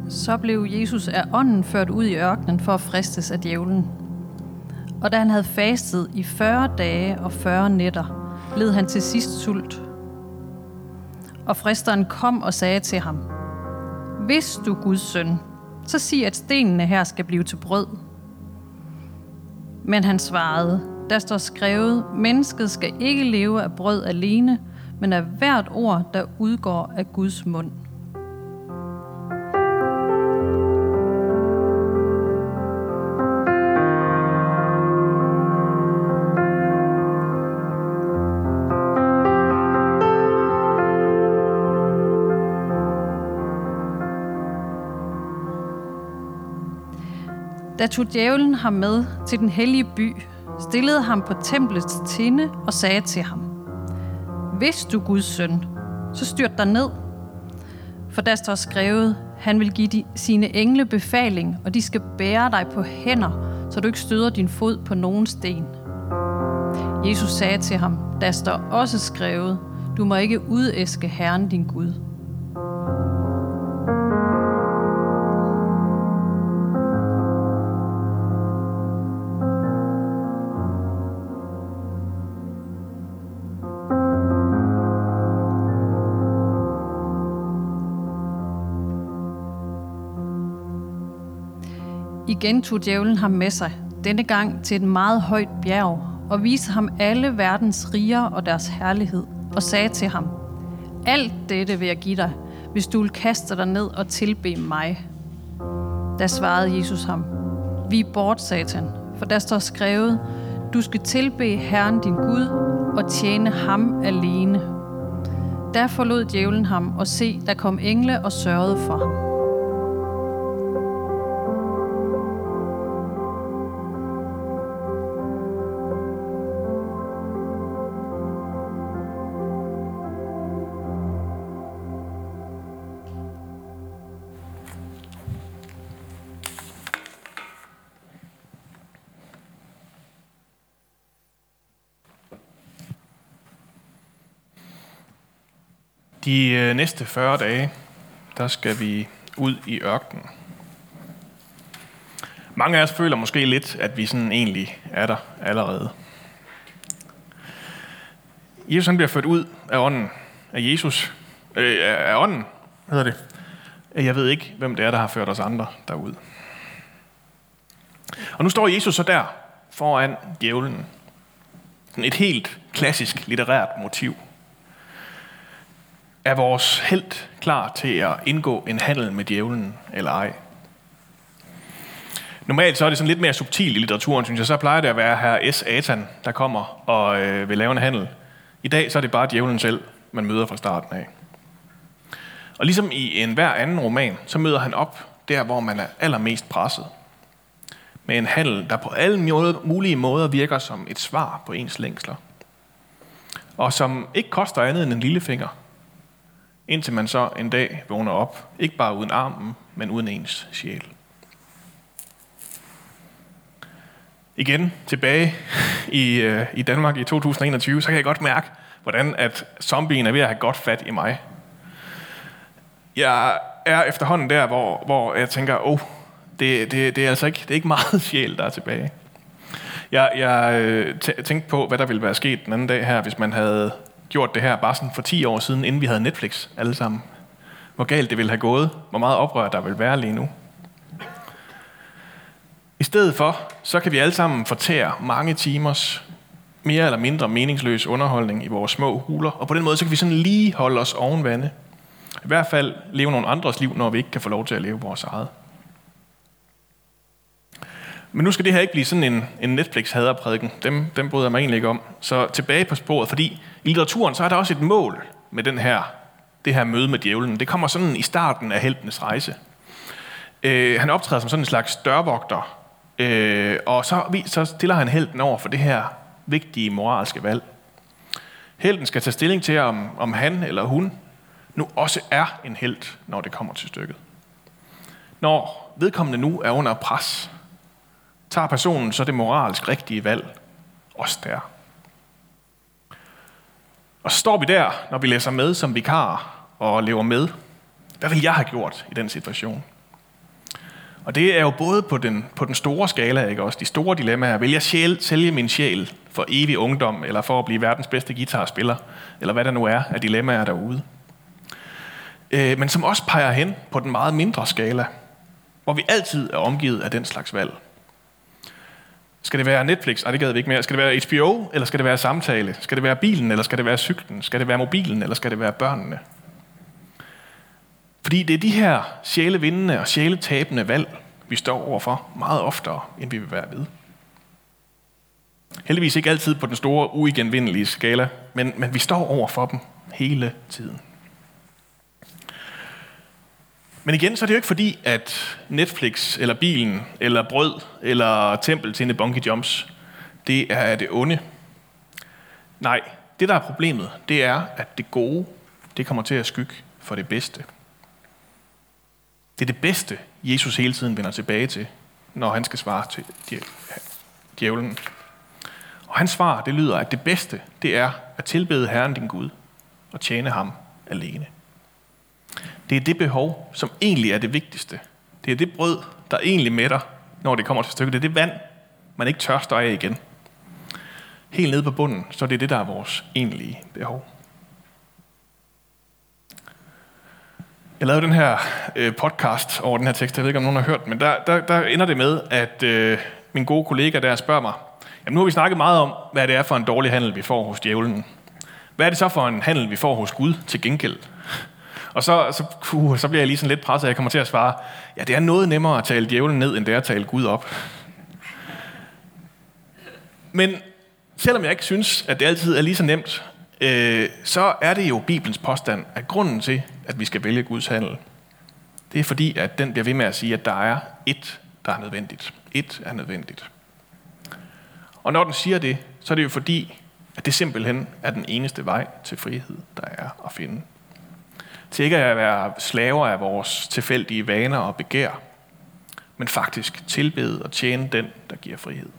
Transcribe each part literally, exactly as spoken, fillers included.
Så blev Jesus af ånden ført ud i ørkenen for at fristes af djævlen. Og da han havde fastet i fyrre dage og fyrre nætter, led han til sidst sult. Og fristeren kom og sagde til ham: Hvis du er Guds søn, så sig, at stenene her skal blive til brød. Men han svarede: Der står skrevet, mennesket skal ikke leve af brød alene, men af hvert ord, der udgår af Guds mund. Da tog djævlen ham med til den hellige by, stillede ham på templets tinde og sagde til ham: Hvis du er Guds søn, så styrt dig ned. For der står skrevet, han vil give de, sine engle befaling, og de skal bære dig på hænder, så du ikke støder din fod på nogen sten. Jesus sagde til ham: Der står også skrevet, du må ikke udæske Herren din Gud. Igen tog djævlen ham med sig, denne gang til et meget højt bjerg, og viste ham alle verdens riger og deres herlighed, og sagde til ham: Alt dette vil jeg give dig, hvis du vil kaste dig ned og tilbe mig. Da svarede Jesus ham: Vi er bort, Satan, for der står skrevet, du skal tilbe Herren din Gud og tjene ham alene. Der forlod djævlen ham, og se, der kom engle og sørgede for ham. De næste fyrre dage, der skal vi ud i ørkenen. Mange af os føler måske lidt, at vi sådan egentlig er der allerede. Jesus han bliver ført ud af ånden af Jesus. Øh, af ånden, hedder det. Jeg ved ikke, hvem det er, der har ført os andre derud. Og nu står Jesus så der foran djævlen. Et helt klassisk litterært motiv. Er vores helt klar til at indgå en handel med djævlen eller ej? Normalt så er det sådan lidt mere subtilt i litteraturen, synes jeg. Så plejer det at være herre Satan, der kommer og øh, vil lave en handel. I dag så er det bare djævlen selv, man møder fra starten af. Og ligesom i enhver anden roman, så møder han op der, hvor man er allermest presset. Med en handel, der på alle mulige måder virker som et svar på ens længsler. Og som ikke koster andet end en lillefinger. Indtil man så en dag vågner op, ikke bare uden armen, men uden ens sjæl. Igen tilbage i, øh, i Danmark i to tusind og enogtyve, så kan jeg godt mærke, hvordan at zombien er ved at have godt fat i mig. Jeg er efterhånden der, hvor, hvor jeg tænker, åh, det, det, det er altså ikke, det er ikke meget sjæl, der er tilbage. Jeg, jeg øh, tænkte på, hvad der ville være sket den anden dag her, hvis man havde gjort det her bare sådan for ti år siden, inden vi havde Netflix alle sammen. Hvor galt det ville have gået, hvor meget oprør der vil være lige nu. I stedet for, så kan vi alle sammen fortære mange timers mere eller mindre meningsløs underholdning i vores små huler, og på den måde, så kan vi sådan lige holde os oven vande. I hvert fald leve nogle andres liv, når vi ikke kan få lov til at leve vores eget. Men nu skal det her ikke blive sådan en, en Netflix-haderprædiken. Dem, dem bryder jeg mig egentlig ikke om. Så tilbage på sporet, fordi i litteraturen, så er der også et mål med den her, det her møde med djævlen. Det kommer sådan i starten af heltenes rejse. Øh, han optræder som sådan en slags dørvogter, øh, og så, så stiller han helten over for det her vigtige moralske valg. Helten skal tage stilling til, om, om han eller hun nu også er en helt, når det kommer til stykket. Når vedkommende nu er under pres, tager personen så det moralsk rigtige valg, også der. Og så står vi der, når vi læser med som vikar og lever med. Hvad ville jeg have gjort i den situation? Og det er jo både på den, på den store skala, ikke også? De store dilemmaer. Vil jeg sjæl, sælge min sjæl for evig ungdom, eller for at blive verdens bedste guitarspiller, eller hvad der nu er af dilemmaer derude. Øh, men som også peger hen på den meget mindre skala, hvor vi altid er omgivet af den slags valg. Skal det være Netflix? Nej, det gad vi ikke mere. Skal det være H B O, eller skal det være samtale? Skal det være bilen, eller skal det være cyklen? Skal det være mobilen, eller skal det være børnene? Fordi det er de her sjælevindende og sjæletabende valg, vi står overfor meget oftere, end vi vil være ved. Heldigvis ikke altid på den store, uigenvindelige skala, men, men vi står overfor dem hele tiden. Men igen, så er det jo ikke fordi, at Netflix, eller bilen, eller brød, eller tempel til en bungee jumps, det er det onde. Nej, det der er problemet, det er, at det gode, det kommer til at skygge for det bedste. Det er det bedste, Jesus hele tiden vender tilbage til, når han skal svare til djævlen. Og hans svar, det lyder, at det bedste, det er at tilbede Herren din Gud og tjene ham alene. Det er det behov, som egentlig er det vigtigste. Det er det brød, der egentlig mætter, når det kommer til stykket. Det er det vand, man ikke tørster af igen. Helt nede på bunden, så er det det, der er vores egentlige behov. Jeg lavede den her øh, podcast over den her tekst, jeg ved ikke, om nogen har hørt, men der, der, der ender det med, at øh, min gode kollega der spørger mig, jamen nu har vi snakket meget om, hvad det er for en dårlig handel, vi får hos djævlen. Hvad er det så for en handel, vi får hos Gud til gengæld? Og så, så, uh, så bliver jeg lige sådan lidt presset, at jeg kommer til at svare, ja, det er noget nemmere at tale djævlen ned, end det er at tale Gud op. Men selvom jeg ikke synes, at det altid er lige så nemt, øh, så er det jo Bibelens påstand, at grunden til, at vi skal vælge Guds handel, det er fordi, at den bliver ved med at sige, at der er ét, der er nødvendigt. Ét er nødvendigt. Og når den siger det, så er det jo fordi, at det simpelthen er den eneste vej til frihed, der er at finde. Til ikke at være slaver af vores tilfældige vaner og begær, men faktisk tilbede og tjene den, der giver frihed.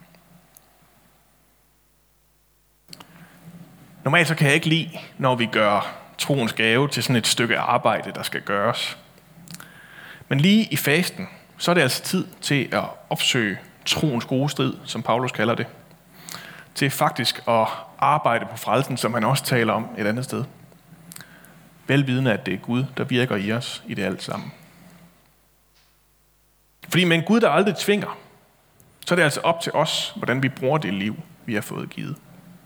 Normalt så kan jeg ikke lide, når vi gør troens gave til sådan et stykke arbejde, der skal gøres. Men lige i fasten, så er det altså tid til at opsøge troens gode strid, som Paulus kalder det. Til faktisk at arbejde på frelsen, som han også taler om et andet sted. Velvidende, at det er Gud, der virker i os i det alt sammen. Fordi med en Gud, der aldrig tvinger, så er det altså op til os, hvordan vi bruger det liv, vi har fået givet.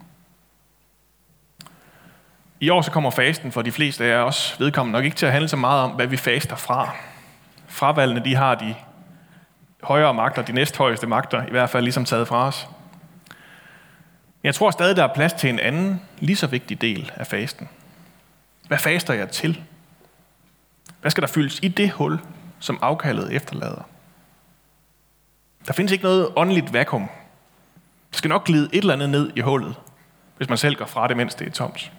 I år så kommer fasten for de fleste af os vedkommende nok ikke til at handle så meget om, hvad vi faster fra. Fravalgene, de har de højere magter, de næsthøjeste magter, i hvert fald ligesom taget fra os. Men jeg tror stadig, der er plads til en anden, lige så vigtig del af fasten. Hvad faster jeg til? Hvad skal der fyldes i det hul, som afkaldet efterlader? Der findes ikke noget åndeligt vakuum. Der skal nok glide et eller andet ned i hullet, hvis man selv går fra det, mens det er tomt.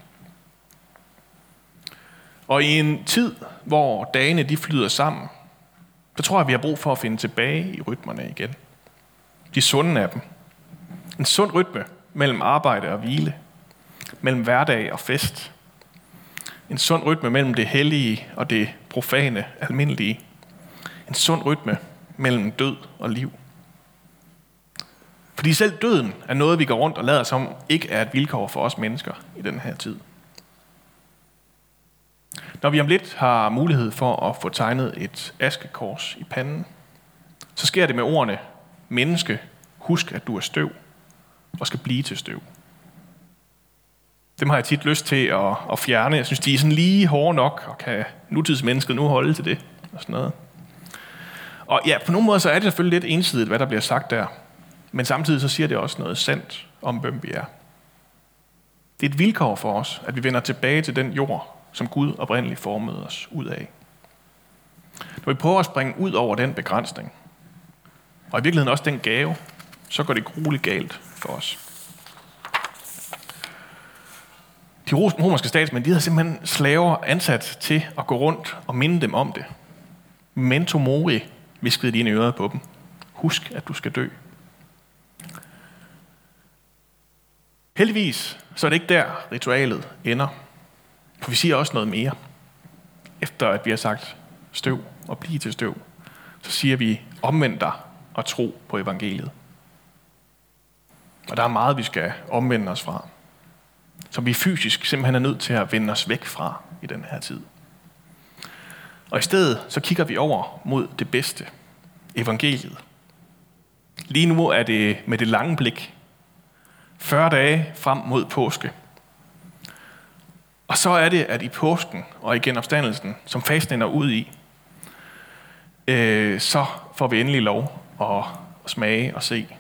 Og i en tid, hvor dagene de flyder sammen, så tror jeg, vi har brug for at finde tilbage i rytmerne igen. De sunde af dem. En sund rytme mellem arbejde og hvile. Mellem hverdag og fest. En sund rytme mellem det hellige og det profane, almindelige. En sund rytme mellem død og liv. Fordi selv døden er noget, vi går rundt og lader som ikke er et vilkår for os mennesker i den her tid. Når vi om lidt har mulighed for at få tegnet et askekors i panden, så sker det med ordene, menneske, husk at du er støv, og skal blive til støv. Dem har jeg tit lyst til at, at fjerne. Jeg synes, de er sådan lige hårde nok, og kan nutidsmennesket nu holde til det, og sådan noget. Og ja, på nogle måder så er det selvfølgelig lidt ensidigt, hvad der bliver sagt der. Men samtidig så siger det også noget sandt om, hvem vi er. Det er et vilkår for os, at vi vender tilbage til den jord, som Gud oprindeligt formede os ud af. Når vi prøver at springe ud over den begrænsning, og i virkeligheden også den gave, så går det grueligt galt for os. De romerske statsmænd, de havde simpelthen slaver ansat til at gå rundt og minde dem om det. Memento mori, viskede de ind i øret på dem. Husk, at du skal dø. Heldigvis, så er det ikke der, ritualet ender. For vi siger også noget mere. Efter at vi har sagt støv og blive til støv, så siger vi, omvend dig og tro på evangeliet. Og der er meget, vi skal omvende os fra, som vi fysisk simpelthen er nødt til at vende os væk fra i den her tid. Og i stedet så kigger vi over mod det bedste, evangeliet. Lige nu er det med det lange blik, fyrre dage frem mod påske. Og så er det, at i påsken og i genopstandelsen, som fasten ender ud i, øh, så får vi endelig lov at smage og se.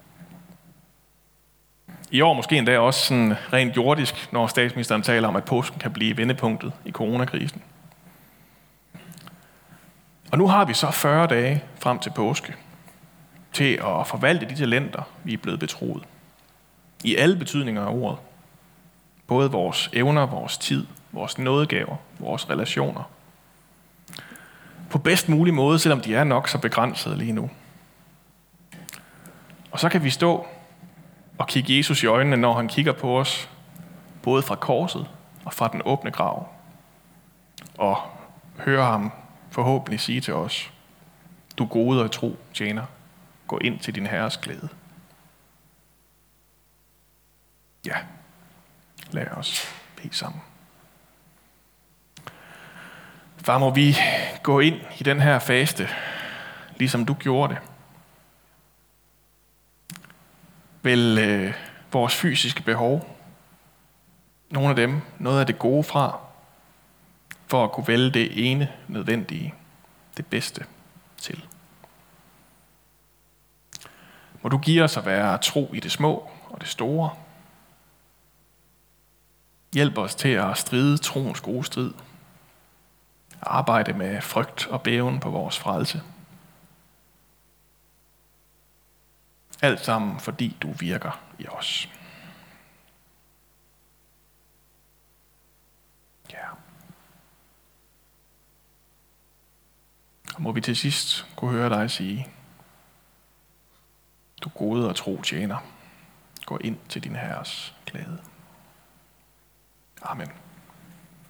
I år måske endda også sådan rent jordisk, når statsministeren taler om, at påsken kan blive vendepunktet i coronakrisen. Og nu har vi så fyrre dage frem til påske til at forvalte de talenter, vi er blevet betroet. I alle betydninger af ordet. Både vores evner, vores tid, vores nådegaver, vores relationer. På bedst mulig måde, selvom de er nok så begrænsede lige nu. Og så kan vi stå og kigge Jesus i øjnene, når han kigger på os, både fra korset og fra den åbne grav. Og høre ham forhåbentlig sige til os, du gode og tro tjener, gå ind til din herres glæde. Ja, lad os bede sammen. Far, må vi gå ind i den her faste, ligesom du gjorde det. Vel øh, vores fysiske behov, nogle af dem, noget af det gode fra, for at kunne vælge det ene nødvendige, det bedste til. Må du give os at være tro i det små og det store. Hjælp os til at stride troens gode strid. Arbejde med frygt og bæven på vores frelse. Alt sammen, fordi du virker i os. Ja. Og må vi til sidst kunne høre dig sige, du gode og tro tjener, gå ind til din herres glæde. Amen.